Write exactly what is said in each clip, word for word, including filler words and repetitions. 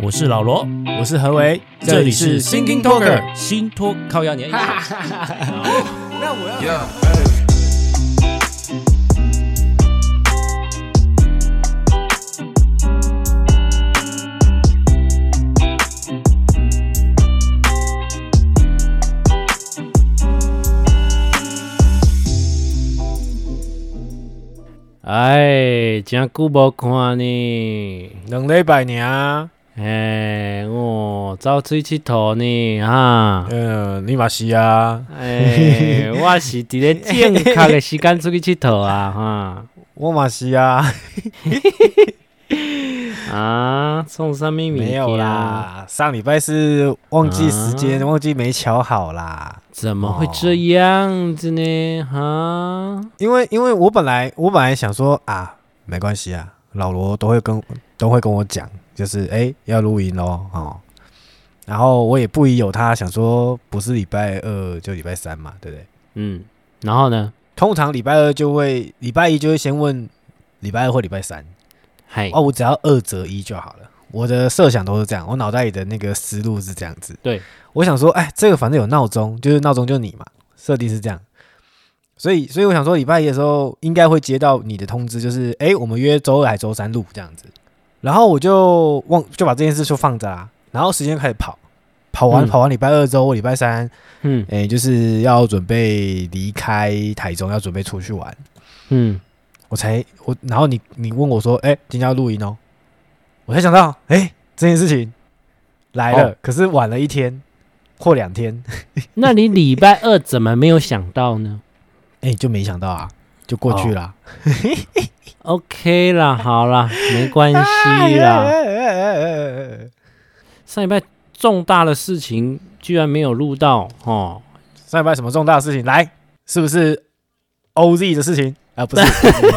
我是老罗， 我是何为， 这里是 Thinking Talker 新托靠压年。 那我要。Yeah. 哎，真久无看呢， 两礼拜尔。 哎，我走出去佚佗呢，哈。 嗯，你嘛是啊。 哎，我是伫咧正确的时间出去佚佗啊，哈。 我嘛是啊。 啊，送什么物件？ 没有啦，上礼拜是忘记时间，啊、忘记没瞧好啦。 怎么会这样子呢？哈、哦， 因为因为我本来我本来想说啊，没关系啊，老罗都会跟都会跟我讲，就是哎、欸、要录音咯哦。然后我也不疑有他，想说不是礼拜二就礼拜三嘛，对不对？ 嗯，然后呢？ 通常礼拜二就会，礼拜一就会先问礼拜二或礼拜三。哦，我只要二择一就好了。我的设想都是这样，我脑袋里的那个思路是这样子。 对， 我想说，哎，这个反正有闹钟，就是闹钟就你嘛，设定是这样。所以，所以我想说，礼拜一的时候应该会接到你的通知，就是哎，我们约周二还周三录这样子。然后我就忘就把这件事就放着啦。然后时间开始跑，跑完、嗯、跑完礼拜二之后，礼拜三，嗯，哎，就是要准备离开台中，要准备出去玩，嗯。我才我，然后你你问我说，哎、欸，今天要录音哦，我才想到，哎、欸，这件事情来了，哦、可是晚了一天或两天。 那你礼拜二怎么没有想到呢？ 哎、欸，就没想到啊，就过去了。 哦、OK 啦，好啦，没关系啦。上礼拜重大的事情居然没有录到哦。 上礼拜什么重大的事情？来，是不是 O Z 的事情？啊，不是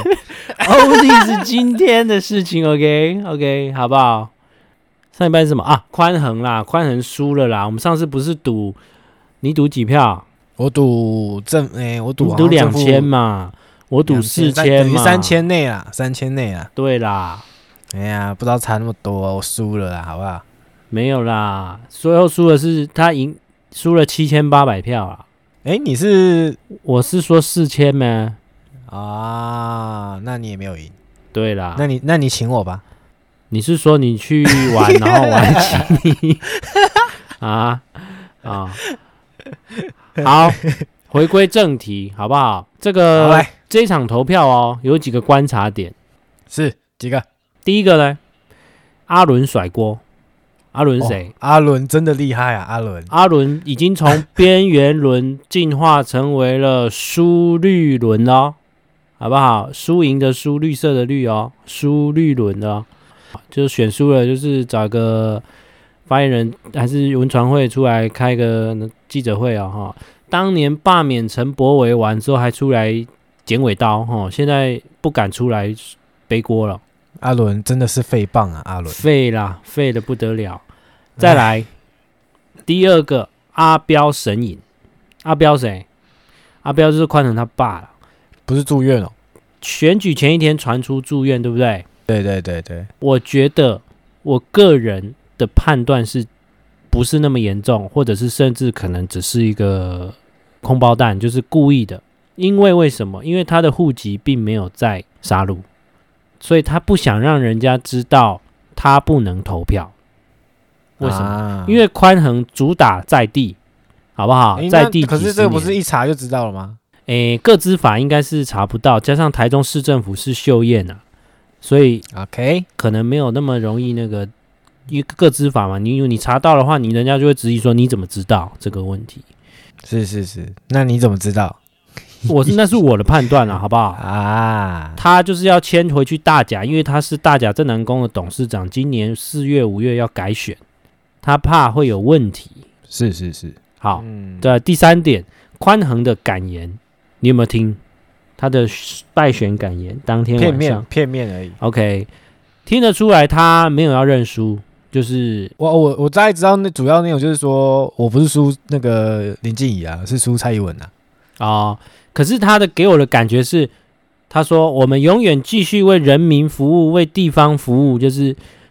，O Z 是今天的事情 ，OK OK， 好不好？上一班是什么啊？宽恒啦，宽恒输了啦。我们上次不是赌，你赌几票？ 我赌正，哎、欸，我赌赌两千嘛，我赌四千嘛， 三千内啦，三千内啦。 对啦， 哎呀，不知道差那么多，我输了啦，好不好？ 没有啦，最后输的是他赢，输了七千八百票啦。 哎、欸，你是？ 我是说四千吗？ 啊，那你也没有赢。 对啦， 那你那你请我吧。 你是说你去玩，然后玩请你啊啊？好，回归正题，好不好？这个来这一场投票哦，有几个观察点， 是几个？ 第一个呢，阿伦甩锅。阿伦谁、 哦？阿伦真的厉害啊！阿伦， 阿伦已经从边缘轮进化成为了输绿轮哦。好不好？输赢的输，绿色的绿哦，输绿轮的哦，就是选输了，就是找个发言人还是文传会出来开个记者会哦，哈。当年罢免陈柏惟完之后，还出来剪尾刀哈，现在不敢出来背锅了。 阿伦真的是废棒啊！阿伦废啦，废的不得了。再来第二个阿彪神隐，阿彪谁？阿彪就是宽恒他爸了。 不是住院哦， 选举前一天传出住院，对不对？ 对对对对， 我觉得我个人的判断是不是那么严重，或者是甚至可能只是一个空包弹，就是故意的。因为为什么？因为他的户籍并没有在沙鹿，所以他不想让人家知道他不能投票。为什么？啊、因为宽恒主打在地，好不好？在地几十年。 可是这个不是一查就知道了吗？ 诶，个资法应该是查不到，加上台中市政府是秀燕啊，所以 OK 可能没有那么容易那个，因为个资法嘛，你你查到的话，你人家就会质疑说你怎么知道这个问题？ 是是是，那你怎么知道？ 我是那是我的判断了，好不好？ 啊， 他就是要迁回去大甲，因为他是大甲镇南宫的董事长，今年四月五月要改选，他怕会有问题。 是是是， 好，嗯、对，第三点，宽恒的感言。你有没有听他的败选感言？当天晚上片面片面而已。 OK， 听得出来他没有要认输，就是我我我大概知道那主要内容就是说我不是输那个林静怡啊，是输蔡英文啊。 哦，可是他的给我的感觉是，他说我们永远继续为人民服务，为地方服务，就是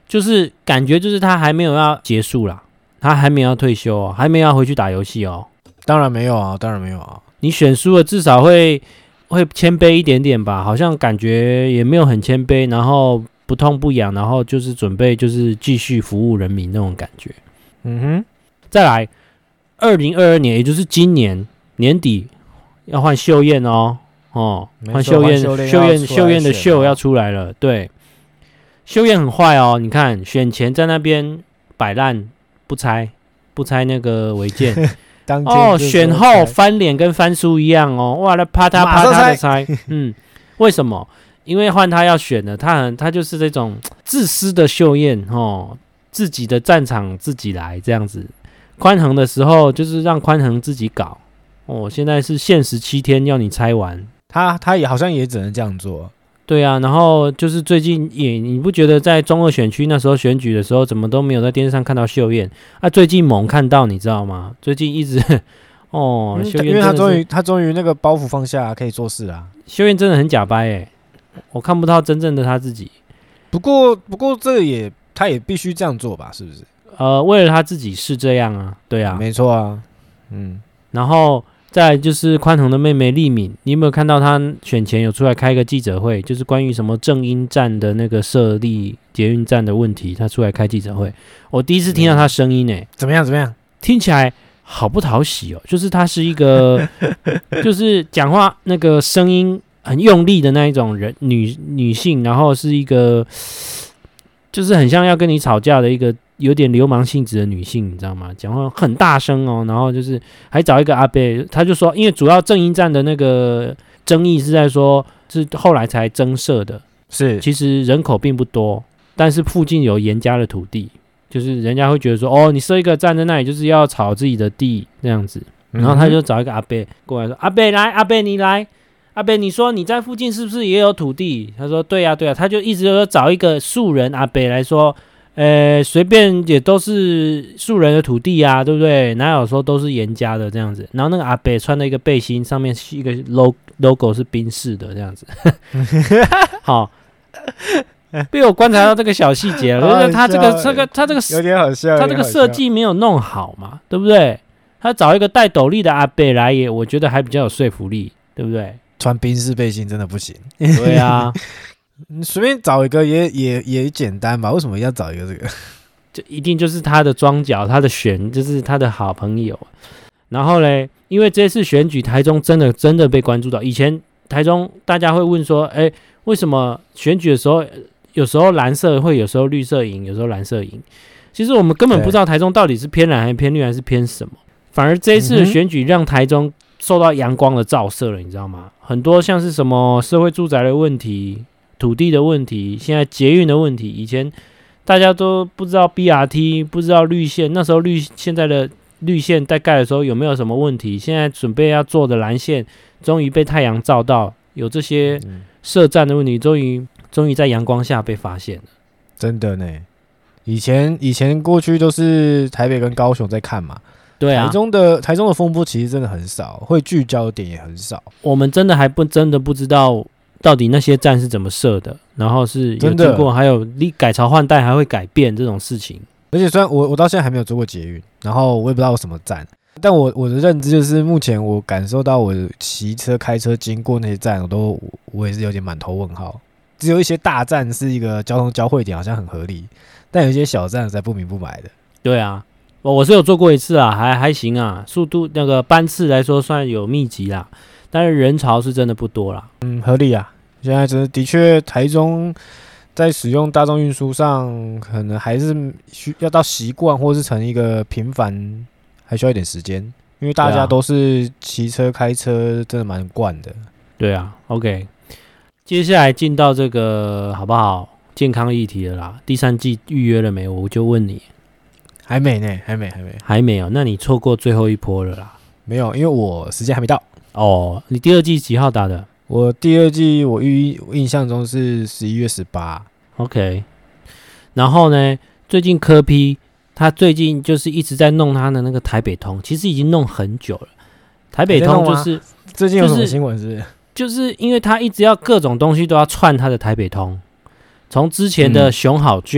就是感觉就是他还没有要结束啦，他还没有要退休哦，还没有要回去打游戏哦。 当然没有啊，当然没有啊。 你选输了，至少会会谦卑一点点吧？好像感觉也没有很谦卑，然后不痛不痒，然后就是准备就是继续服务人民那种感觉。 嗯哼， 再来，二零二二年，也就是今年年底要换秀燕哦，哦，换秀燕，秀燕，秀燕的秀要出来了。对，秀燕很坏哦，你看选前在那边摆烂，不拆不拆那个违建。哦，选后翻脸跟翻书一样哦，哇，那啪嗒啪嗒的拆，嗯，为什么？因为换他要选了，他很他就是这种自私的秀燕哦，自己的战场自己来这样子。宽衡的时候就是让宽衡自己搞哦，现在是限时七天要你拆完， 他他也好像也只能这样做。 对啊，然后就是最近也你不觉得在中二选区那时候选举的时候，怎么都没有在电视上看到秀燕啊？最近猛看到，你知道吗？最近一直哦， 嗯、 秀燕因为他终于他终于那个包袱放下，可以做事啊。 秀燕真的很假掰哎、欸，我看不到真正的他自己。 不过不过这个也他也必须这样做吧？是不是？ 呃，为了他自己是这样啊，对啊， 没错啊，嗯， 然后。再来就是宽宏的妹妹丽敏，你有没有看到她选前有出来开一个记者会，就是关于什么正音站的那个设立捷运站的问题，她出来开记者会。我第一次听到她声音诶、欸， 怎么样？怎么样？ 听起来好不讨喜哦，就是她是一个，就是讲话那个声音很用力的那一种人，女女性，然后是一个，就是很像要跟你吵架的一个。有点流氓性质的女性，你知道吗？讲话很大声哦，然后就是还找一个阿伯，他就说，因为主要正音站的那个争议是在说，是后来才增设的， 是其实人口并不多，但是附近有严家的土地，就是人家会觉得说，哦，你设一个站在那里，就是要炒自己的地这样子，然后他就找一个阿伯过来说，阿伯来，阿伯你来。阿伯，你说你在附近是不是也有土地？他说对啊，对啊，他就一直说找一个素人阿伯来说。呃，随便也都是素人的土地啊，对不对？哪有说都是严家的这样子？然后那个阿伯穿了一个背心，上面是一个 logo 是宾士的这样子。好，被我观察到这个小细节了，就是他这个这个他这个有点好笑， 他这个设计没有弄好嘛，对不对？他找一个戴斗笠的阿伯来也，我觉得还比较有说服力，对不对？ 穿宾士背心真的不行。 对啊。 你随便找一个也也也简单吧？为什么要找一个这个？ 就一定就是他的庄脚，他的选就是他的好朋友。然后嘞，因为这次选举，台中真的真的被关注到。以前台中大家会问说，哎，为什么选举的时候，有时候蓝色会，有时候绿色赢，有时候蓝色赢？其实我们根本不知道台中到底是偏蓝还是偏绿还是偏什么。反而这一次的选举让台中受到阳光的照射了，你知道吗？很多像是什么社会住宅的问题。土地的问题，现在捷运的问题，以前大家都不知道 B R T， 不知道绿线，那时候绿现在的绿线在盖的时候有没有什么问题？现在准备要做的蓝线，终于被太阳照到，有这些设站的问题，终于终于在阳光下被发现了。 真的呢，以前以前过去都是台北跟高雄在看嘛， 对啊， 台中的台中的风波其实真的很少，会聚焦的点也很少。 我们真的还不真的不知道。到底那些站是怎么设的？然后是有经过，还有改朝换代，还会改变这种事情。 而且虽然我我到现在还没有坐过捷运，然后我也不知道有什么站，但我我的认知就是，目前我感受到我骑车、开车经过那些站，我都我也是有点满头问号。只有一些大站是一个交通交汇点，好像很合理，但有一些小站才不明不白的。 对啊，我是有坐过一次啊，还还行啊，速度那个班次来说算有密集啦。但是人潮是真的不多啦， 嗯，合理啊。现在真的的确，台中在使用大众运输上，可能还是需要到习惯，或是成一个频繁，还需要一点时间，因为大家都是骑车、开车，真的蛮惯的。 对啊 ，OK， 接下来进到这个好不好？健康议题了啦，第三季预约了没？我就问你， 还没呢，还没，还没， 还没有？那你错过最后一波了啦。 没有，因为我时间还没到。 哦，你第二季几号打的？ 我第二季我预印象中是十一月十八 ，OK。然后呢，最近柯 P 他最近就是一直在弄他的那个台北通，其实已经弄很久了。台北通就是、啊、 最近有什么新闻是不是？ 就是因为他一直要各种东西都要串他的台北通，从之前的熊好券，嗯、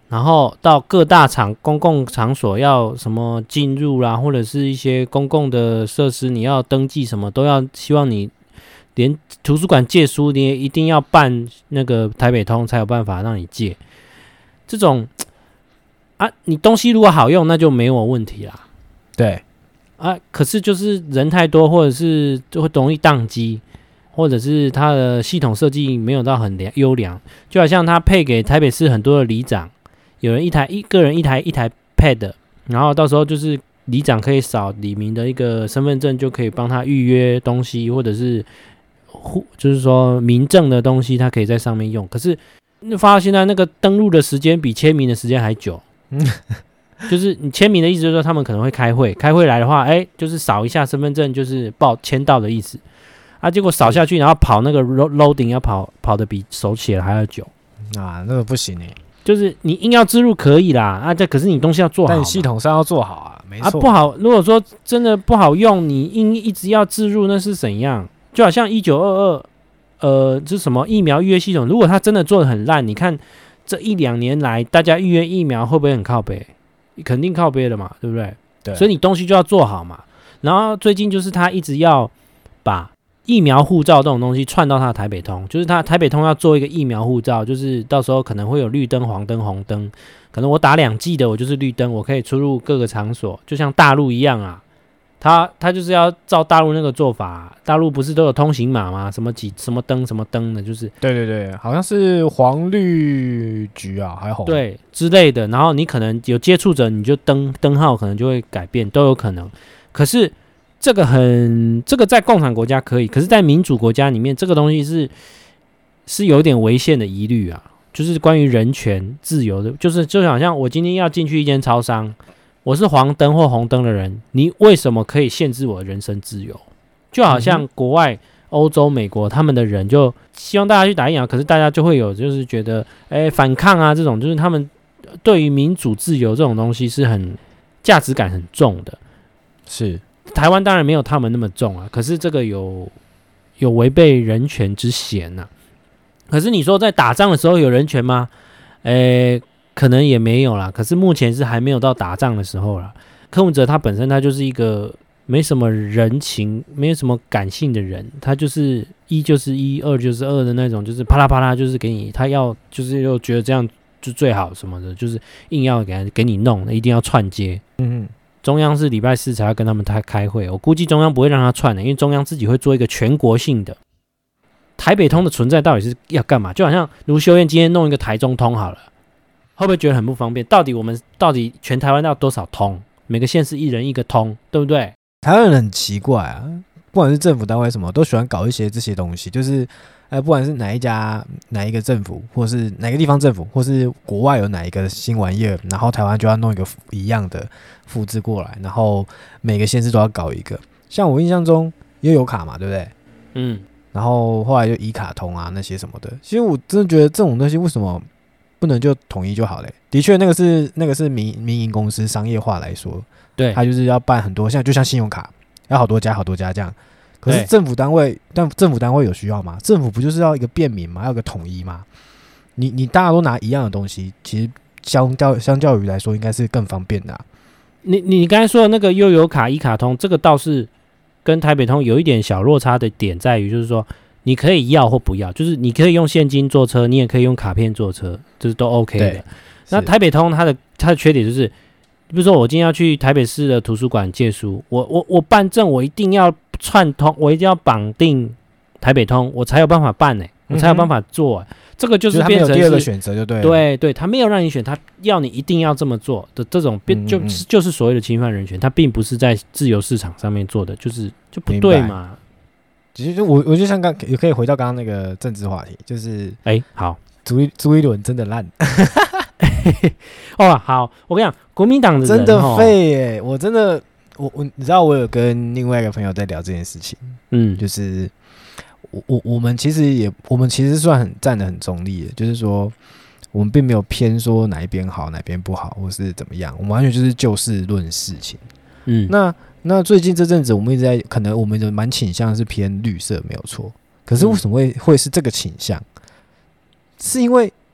然后到各大场公共场所要什么进入啦，或者是一些公共的设施你要登记什么都要，希望你连图书馆借书你也一定要办那个台北通才有办法让你借。这种啊，你东西如果好用那就没有问题啦。 对啊，可是就是人太多，或者是就会容易宕机，或者是它的系统设计没有到很优良，就好像他配给台北市很多的里长，有人一台一个人一台一台 pad， 然后到时候就是里长可以扫里民的一个身份证，就可以帮他预约东西，或者是就是说民政的东西，他可以在上面用。可是发到现在那个登录的时间比签名的时间还久。就是你签名的意思，就是说他们可能会开会，开会来的话，哎，就是扫一下身份证，就是报签到的意思啊。结果扫下去，然后跑那个 loading 要跑跑的比手写的还要久啊，那个不行哎。 就是你硬要置入可以啦，啊，这可是你东西要做好， 但你系统上要做好啊，没错啊，不好。如果说真的不好用，你硬一直要置入，那是怎样？就好像一九二二，呃，这什么疫苗预约系统，如果它真的做的很烂，你看这一两年来，大家预约疫苗会不会很靠北？肯定靠背的嘛，对不对？ 对， 所以你东西就要做好嘛。然后最近就是他一直要把疫苗护照这种东西串到他的台北通，就是他台北通要做一个疫苗护照，就是到时候可能会有绿灯、黄灯、红灯，可能我打两剂的我就是绿灯，我可以出入各个场所，就像大陆一样啊。他他就是要照大陆那个做法、啊，大陆不是都有通行码吗？什么几什么灯什么灯的，就是对对对，好像是黄绿橘啊，还红对之类的。然后你可能有接触者，你就灯灯号可能就会改变，都有可能。可是这个很这个在共产国家可以，可是在民主国家里面，这个东西是是有点违宪的疑虑啊，就是关于人权自由的，就是就好像我今天要进去一间超商。我是黄灯或红灯的人，你为什么可以限制我的人身自由？就好像国外、欧洲、美国他们的人就希望大家去打疫苗，可是大家就会有就是觉得，哎，反抗啊这种，就是他们对于民主自由这种东西是很价值感很重的。 是台湾当然没有他们那么重啊，可是这个有有违背人权之嫌呐、啊。可是你说在打仗的时候有人权吗？哎。可能也没有啦，可是目前是还没有到打仗的时候啦。柯文哲他本身他就是一个没什么人情、没有什么感性的人，他就是一就是一，二就是二的那种，就是啪啦啪啦，就是给你他要，就是又觉得这样就最好什么的，就是硬要给给你弄，一定要串接。嗯嗯，中央是礼拜四才要跟他们开开会，我估计中央不会让他串的，因为中央自己会做一个全国性的台北通的存在，到底是要干嘛？就好像卢秀燕今天弄一个台中通好了。会不会觉得很不方便？到底我们到底全台湾要多少通？每个县市一人一个通，对不对？ 台湾人很奇怪啊，不管是政府单位什么，都喜欢搞一些这些东西，就是呃，不管是哪一家哪一个政府，或是哪个地方政府，或是国外有哪一个新玩意儿，然后台湾就要弄一个一样的复制过来，然后每个县市都要搞一个。像我印象中悠游卡嘛，对不对？嗯，然后后来就一卡通啊那些什么的。其实我真的觉得这种东西为什么不能就统一就好嘞？的确，那个是那个是民民营公司商业化来说，对，它就是要办很多，像就像信用卡，要好多家好多家这样。可是政府单位，但政府单位有需要吗？政府不就是要一个便民吗？要一个统一吗？你你大家都拿一样的东西，其实相较相较于来说，应该是更方便的、啊。 你你刚才说的那个悠游卡、一卡通，这个倒是跟台北通有一点小落差的点在于，就是说。你可以要或不要，就是你可以用现金坐车，你也可以用卡片坐车，这是都 OK 的。那台北通它的它的缺点就是，比如说我今天要去台北市的图书馆借书，我我我办证，我一定要串通，我一定要绑定台北通，我才有办法办呢、欸，我才有办法做、欸嗯。这个就是变成是第二个选择，就对了。 对对，他没有让你选，他要你一定要这么做的这种，嗯嗯就就是所谓的侵犯人权，它并不是在自由市场上面做的，就是就不对嘛。 其实我我就像刚也可以回到刚刚那个政治话题，就是哎好， 朱一朱一伦真的烂哦好，我跟你讲，国民党的人真的废耶，我真的我我你知道我有跟另外一个朋友在聊这件事情，嗯，就是我我我们其实也我们其实算很站得很中立的，就是说我们并没有偏说哪一边好哪边不好或是怎么样，我们完全就是就事论事情，嗯，那。那最近这阵子，我们一直在可能我们的蛮倾向是偏绿色，没有错。可是为什么会、嗯、会是这个倾向？是因为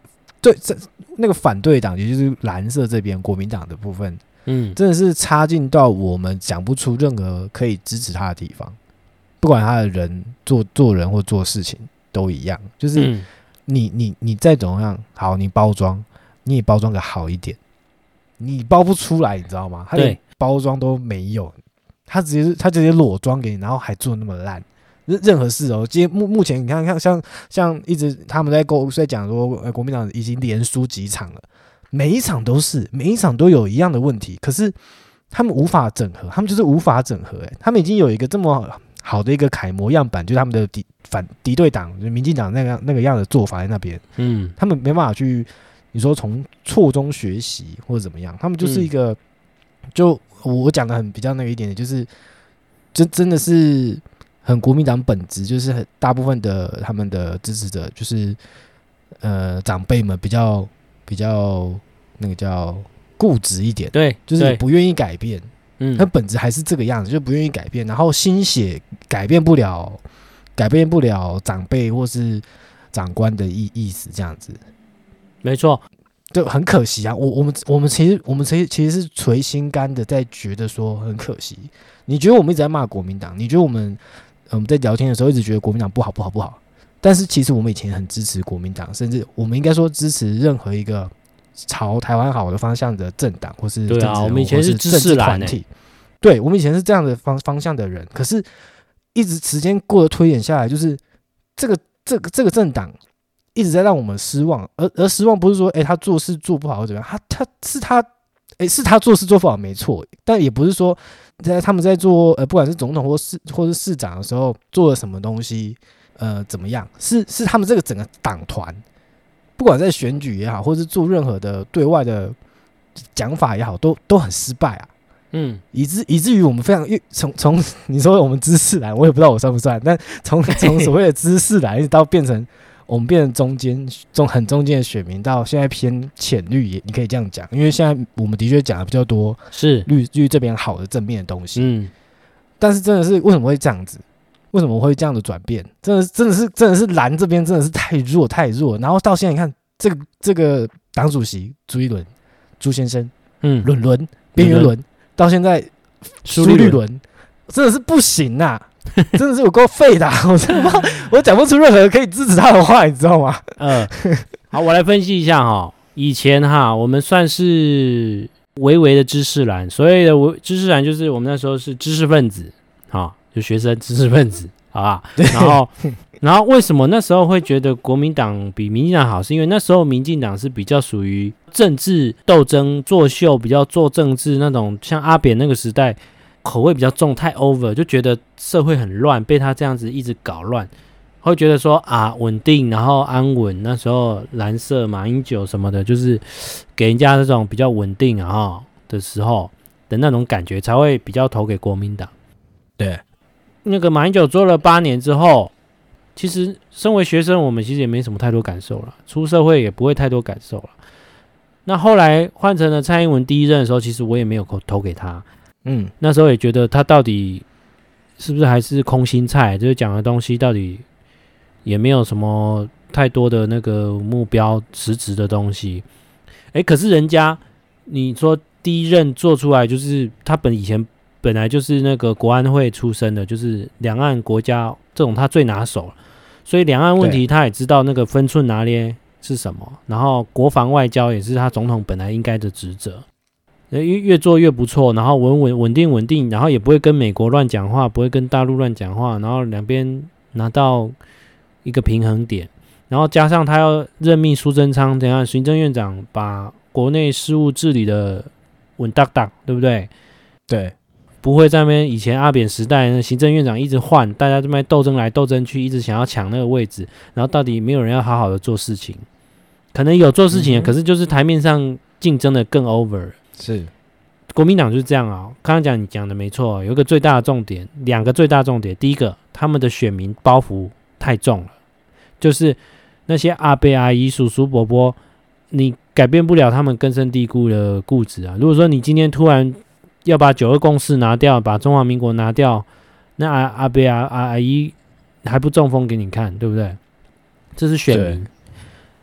对这那个反对党，也就是蓝色这边国民党的部分，嗯，真的是差劲到我们讲不出任何可以支持他的地方，不管他的人做做人或做事情都一样，就是你、嗯、你你再怎么样好，你包装你也包装个好一点，你包不出来，你知道吗？他连包装都没有，他直接他直接裸装给你，然后还做那么烂。任何事哦，今天目目前你看看，像像一直他们在沟在讲说，呃，国民党已经连输几场了，每一场都是，每一场都有一样的问题，可是他们无法整合，他们就是无法整合、欸，他们已经有一个这么好的一个楷模样板，就是他们的敌反敌对党，就是民进党那个那个样的做法在那边，嗯，他们没办法去，你说从错中学习或者怎么样，他们就是一个，嗯、就我讲的很比较那个一点的，就是真真的是。很国民党本质就是很大部分的他们的支持者就是呃长辈们比较比较那个叫固执一点， 对， 就是不愿意改变，嗯，他本质还是这个样子，就不愿意改变，然后心血改变不了，改变不了长辈或是长官的意意思，这样子， 没错， 就很可惜啊。我我们我们其实我们其实其实是捶心肝的在觉得说很可惜。你觉得我们一直在骂国民党，你觉得我们我们在聊天的时候一直觉得国民党不好不好不好，但是其实我们以前很支持国民党，甚至我们应该说支持任何一个朝台湾好的方向的政党或是政治人物， 对啊，我们以前是知识蓝团体，对，我们以前是这样的方方向的人。可是，一直时间过得推演下来，就是这个这个这个政党一直在让我们失望，而而失望不是说哎、欸、他做事做不好或怎么样，他他是他哎、欸、是他做事做不好没错，但也不是说。在他们在做呃，不管是总统或市或是市长的时候，做了什么东西，呃，怎么样？是是他们这个整个党团，不管在选举也好，或是做任何的对外的讲法也好，都都很失败啊。嗯，以至以至于我们非常从从你说我们知识蓝，我也不知道我算不算，但从从所谓的知识蓝，一直到变成我们变成中间中很中间的选民，到现在偏浅绿，也你可以这样讲，因为现在我们的确讲的比较多是绿绿这边好的正面的东西，嗯，但是真的是为什么会这样子？为什么会这样的转变？真的真的是真的是蓝这边真的是太弱太弱，然后到现在你看这个这个党主席朱一伦朱先生，嗯，伦伦边缘轮。到现在苏绿轮真的是不行啊，真的是有够废的、啊，我真的我讲不出任何可以支持他的话，你知道吗？ 呃，好，我来分析一下哈。以前哈，我们算是微微的知识蓝，所谓的知识蓝就是我们那时候是知识分子，哈，就学生知识分子，好吧？然后，然后为什么那时候会觉得国民党比民进党好？是因为那时候民进党是比较属于政治斗争、作秀，比较做政治那种，像阿扁那个时代，口味比较重，太 over， 就觉得社会很乱，被他这样子一直搞乱，会觉得说啊稳定，然后安稳。那时候蓝色、马英九什么的，就是给人家这种比较稳定啊的时候的那种感觉，才会比较投给国民党。 对， 那个马英九做了八年之后。其实，身为学生，我们其实也没什么太多感受了。出社会也不会太多感受了。那后来换成了蔡英文第一任的时候，其实我也没有投给他。嗯，那时候也觉得他到底是不是还是空心菜，就是讲的东西到底也没有什么太多的那个目标实质的东西。哎，可是人家你说第一任做出来，就是他本以前本来就是那个国安会出身的，就是两岸国家这种他最拿手了。所以两岸问题他也知道那个分寸拿捏是什么，然后国防外交也是他总统本来应该的职责，越越做越不错，然后稳稳稳定稳定，然后也不会跟美国乱讲话，不会跟大陆乱讲话，然后两边拿到一个平衡点，然后加上他要任命苏贞昌怎样行政院长，把国内事务治理的稳当当，对不对？ 对。 不会在那边以前阿扁时代行政院长一直换，大家这边斗争来斗争去，一直想要抢那个位置，然后到底没有人要好好的做事情，可能有做事情、嗯、可是就是台面上竞争的更 over。 是国民党就是这样啊、哦，刚刚讲你讲的没错，有一个最大的重点，两个最大重点，第一个他们的选民包袱太重了，就是那些阿伯阿姨叔叔伯伯，你改变不了他们根深蒂固的固执啊。如果说你今天突然要把九二共识拿掉，把中华民国拿掉，那阿阿伯阿阿姨还不中风给你看，对不对？这是选民。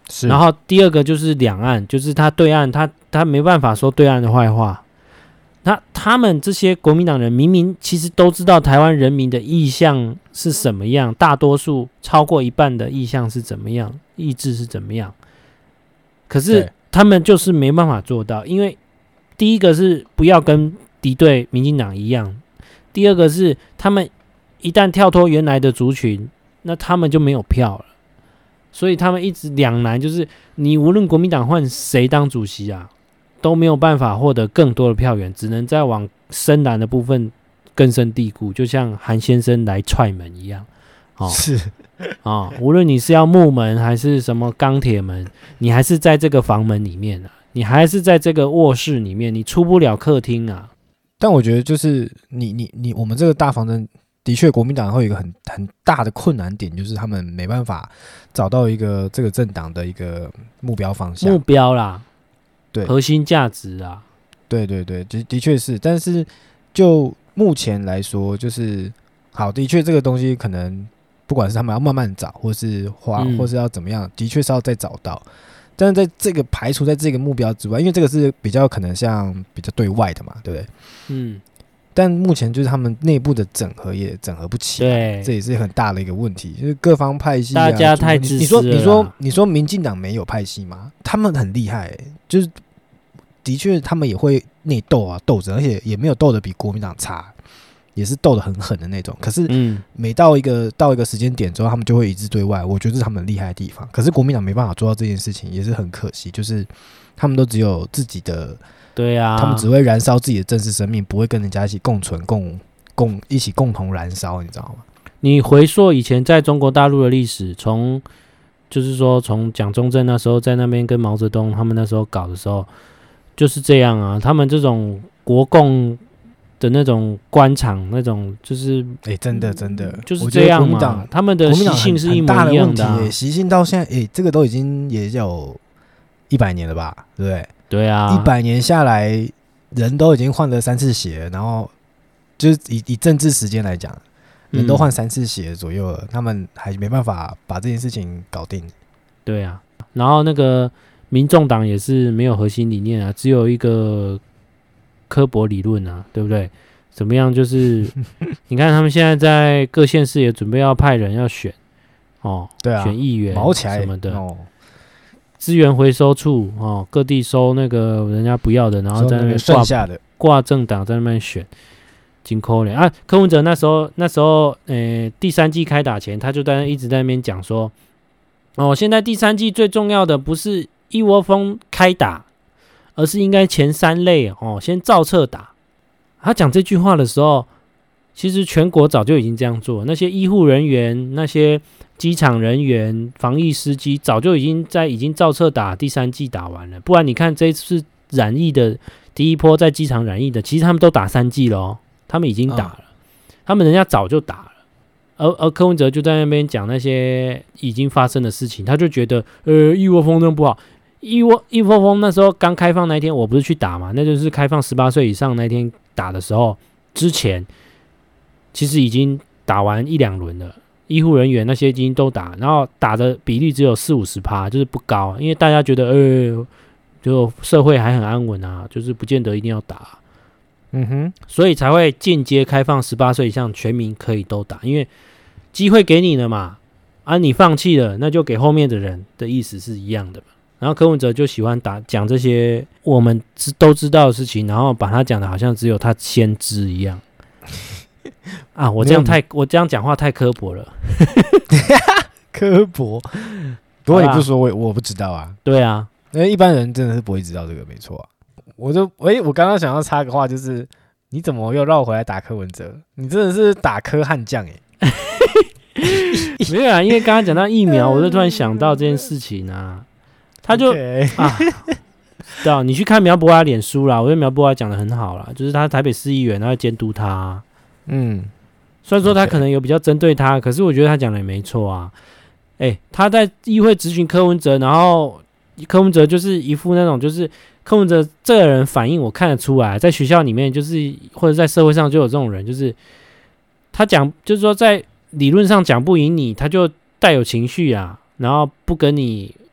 是， 然后第二个就是两岸，就是他对岸他他没办法说对岸的坏话。那他们这些国民党人明明其实都知道台湾人民的意向是什么样，大多数超过一半的意向是怎么样，意志是怎么样，可是他们就是没办法做到，因为第一个是不要跟敌对民进党一样，第二个是他们一旦跳脱原来的族群，那他们就没有票了，所以他们一直两难，就是你无论国民党换谁当主席啊，都没有办法获得更多的票源，只能再往深蓝的部分根深蒂固，就像韩先生来踹门一样。哦， 是啊、哦，无论你是要木门还是什么钢铁门，你还是在这个房门里面啊，你还是在这个卧室里面，你出不了客厅啊。 但我觉得就是你你你，我们这个大方针的确，国民党会有一个很很大的困难点，就是他们没办法找到一个这个政党的一个目标方向、 目标啦。 对， 核心价值啊， 对对对，的的确是，但是就目前来说，就是好，的确这个东西可能不管是他们要慢慢找，或是花， 嗯、 或是要怎么样，的确是要再找到。但是在这个排除在这个目标之外，因为这个是比较可能像比较对外的嘛，对不对？ 嗯。 但目前就是他们内部的整合也整合不起来， 对， 这也是很大的一个问题，就是各方派系、啊， 大家太自私了。 你说，你说，你说，民进党没有派系吗？他们很厉害、欸，就是的确他们也会内斗啊，斗争，而且也没有斗得比国民党差，也是斗得很狠的那种。可是，每到一个到一个时间点之后，他们就会一致对外，我觉得这是他们厉害的地方。可是国民党没办法做到这件事情，也是很可惜，就是他们都只有自己的。 对啊， 他们只会燃烧自己的政治生命，不会跟人家一起共存、共共一起共同燃烧，你知道吗？ 你回溯以前在中国大陆的历史，从就是说从蒋中正那时候在那边跟毛泽东他们那时候搞的时候，就是这样啊。他们这种国共的那种官场，那种就是哎、欸，真的真的就是这样嘛。他们的习性是一模一样的、啊， 的习性到现在，哎、欸，这个都已经也有一百年了吧，对不对？ 对啊， 一百年下来，人都已经换了三次血，然后就是以以政治时间来讲，人都换三次血左右了、嗯，他们还没办法把这件事情搞定。 对啊，然后那个民众党也是没有核心理念啊，只有一个科博理论啊，对不对？怎么样？就是你看他们现在在各县市也准备要派人要选哦， 对啊， 选议员毛起来什么的哦。 资源回收处哦，各地收那个人家不要的，然后在那边剩下的挂政党在那边选，真可怜啊！柯文哲那时候那时候，呃，第三季开打前，他就在那一直在那边讲说，哦，现在第三季最重要的不是一窝蜂开打，而是应该前三类哦，先照册打。他讲这句话的时候，其实全国早就已经这样做，那些医护人员、那些机场人员、防疫司机早就已经在已经照册打第三剂打完了，不然你看这一次染疫的第一波在机场染疫的，其实他们都打三剂了哦，他们已经打了，嗯、他们人家早就打了，而而柯文哲就在那边讲那些已经发生的事情，他就觉得呃一窝蜂那不好，一窝一窝蜂那时候刚开放那一天，我不是去打嘛，那就是开放十八岁以上那天打的时候，之前其实已经打完一两轮了。医护人员那些已经都打，然后打的比例只有四五十趴，就是不高，因为大家觉得，呃，就社会还很安稳啊，就是不见得一定要打， 嗯哼， 所以才会间接开放十八岁以上全民可以都打，因为机会给你了嘛，啊，你放弃了，那就给后面的人的意思是一样的嘛。然后柯文哲就喜欢打讲这些我们都知道的事情，然后把他讲的好像只有他先知一样。啊，我这样太我这样讲话太刻薄了， 刻薄。不过你不说我我不知道啊。 对啊， 因为一般人真的是不会知道这个，没错啊。我就哎、欸，我刚刚想要插个话，就是你怎么又绕回来打柯文哲？你真的是打柯悍将哎。 没有啊，因为刚刚讲到疫苗，我就突然想到这件事情啊。他就、okay. 啊，对啊，你去看苗博雅脸书啦，我觉得苗博雅讲的很好啦，就是他台北市议员，他会监督他、啊。嗯，虽然说他可能有比较针对他， okay. 可是我觉得他讲的也没错啊。哎、欸，他在议会质询柯文哲，然后柯文哲就是一副那种，就是柯文哲这个人反应我看得出来，在学校里面就是或者在社会上就有这种人，就是他讲，就是说在理论上讲不赢你，他就带有情绪啊，然后不跟你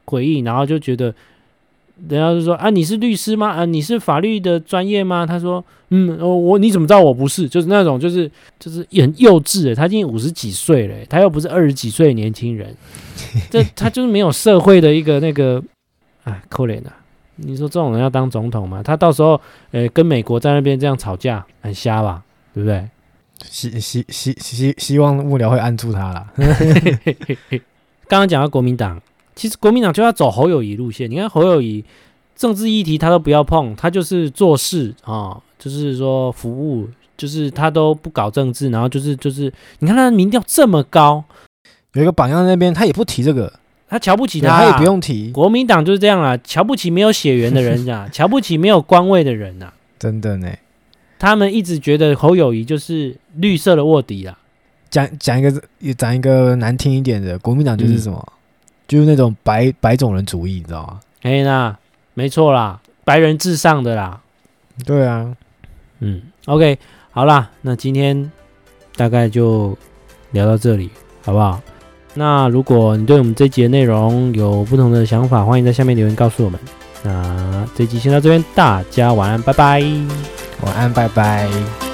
诡异，然后就觉得人家就说啊，你是律师吗？啊，你是法律的专业吗？他说，嗯，哦、我你怎么知道我不是？就是那种就是就是很幼稚，他已经五十几岁了，他又不是二十几岁的年轻人，这他就是没有社会的一个那个，哎，可怜啊！你说这种人要当总统吗？他到时候呃跟美国在那边这样吵架，很瞎吧？对不对？ 希希希希希望幕僚会按住他啦。 刚刚讲到国民党，其实国民党就要走侯友宜路线。你看侯友宜政治议题他都不要碰，他就是做事啊、哦，就是说服务，就是他都不搞政治，然后就是就是你看他的民调这么高， 有一个榜样那边他也不提这个， 他瞧不起他、啊， 他也不用提。 国民党就是这样啦，瞧不起没有血缘的人啊，瞧不起没有官位的人啊， 真的呢。 他们一直觉得侯友宜就是绿色的卧底啦。 讲讲一个讲一个难听一点的，国民党就是什么，嗯、就是那种白白种人主义，你知道吗？ 哎那没错啦，白人至上的啦。 对啊， 嗯 ，OK， 好啦，那今天大概就聊到这里，好不好？那如果你对我们这集的内容有不同的想法，欢迎在下面留言告诉我们。那这集先到这边，大家晚安，拜拜。 晚安，拜拜。